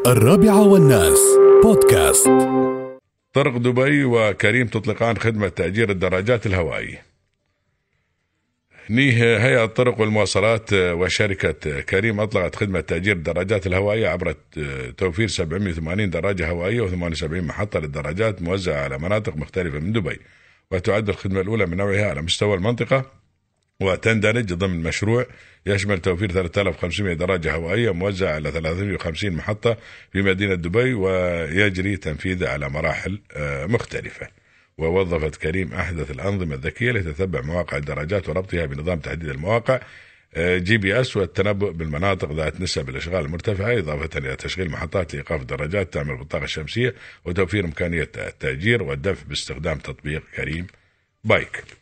الرابعة بودكاست. طرق دبي وكريم تطلقان خدمة تأجير الدراجات الهوائية. هيئة الطرق والمواصلات وشركة كريم أطلقت خدمة تأجير الدراجات الهوائية عبر توفير 780 دراجة هوائية و78 محطة للدراجات موزعة على مناطق مختلفة من دبي، وتعد الخدمة الأولى من نوعها على مستوى المنطقة، وتندرج ضمن مشروع يشمل توفير 3500 دراجة هوائية موزعة على 350 محطة في مدينة دبي، ويجري تنفيذه على مراحل مختلفة. ووظفت كريم أحدث الأنظمة الذكية لتتبع مواقع الدراجات وربطها بنظام تحديد المواقع GPS والتنبؤ بالمناطق ذات نسب الإشغال المرتفعة، إضافة إلى تشغيل محطات لإيقاف الدراجات تعمل بالطاقة الشمسية، وتوفير إمكانية التأجير والدفع باستخدام تطبيق كريم بايك.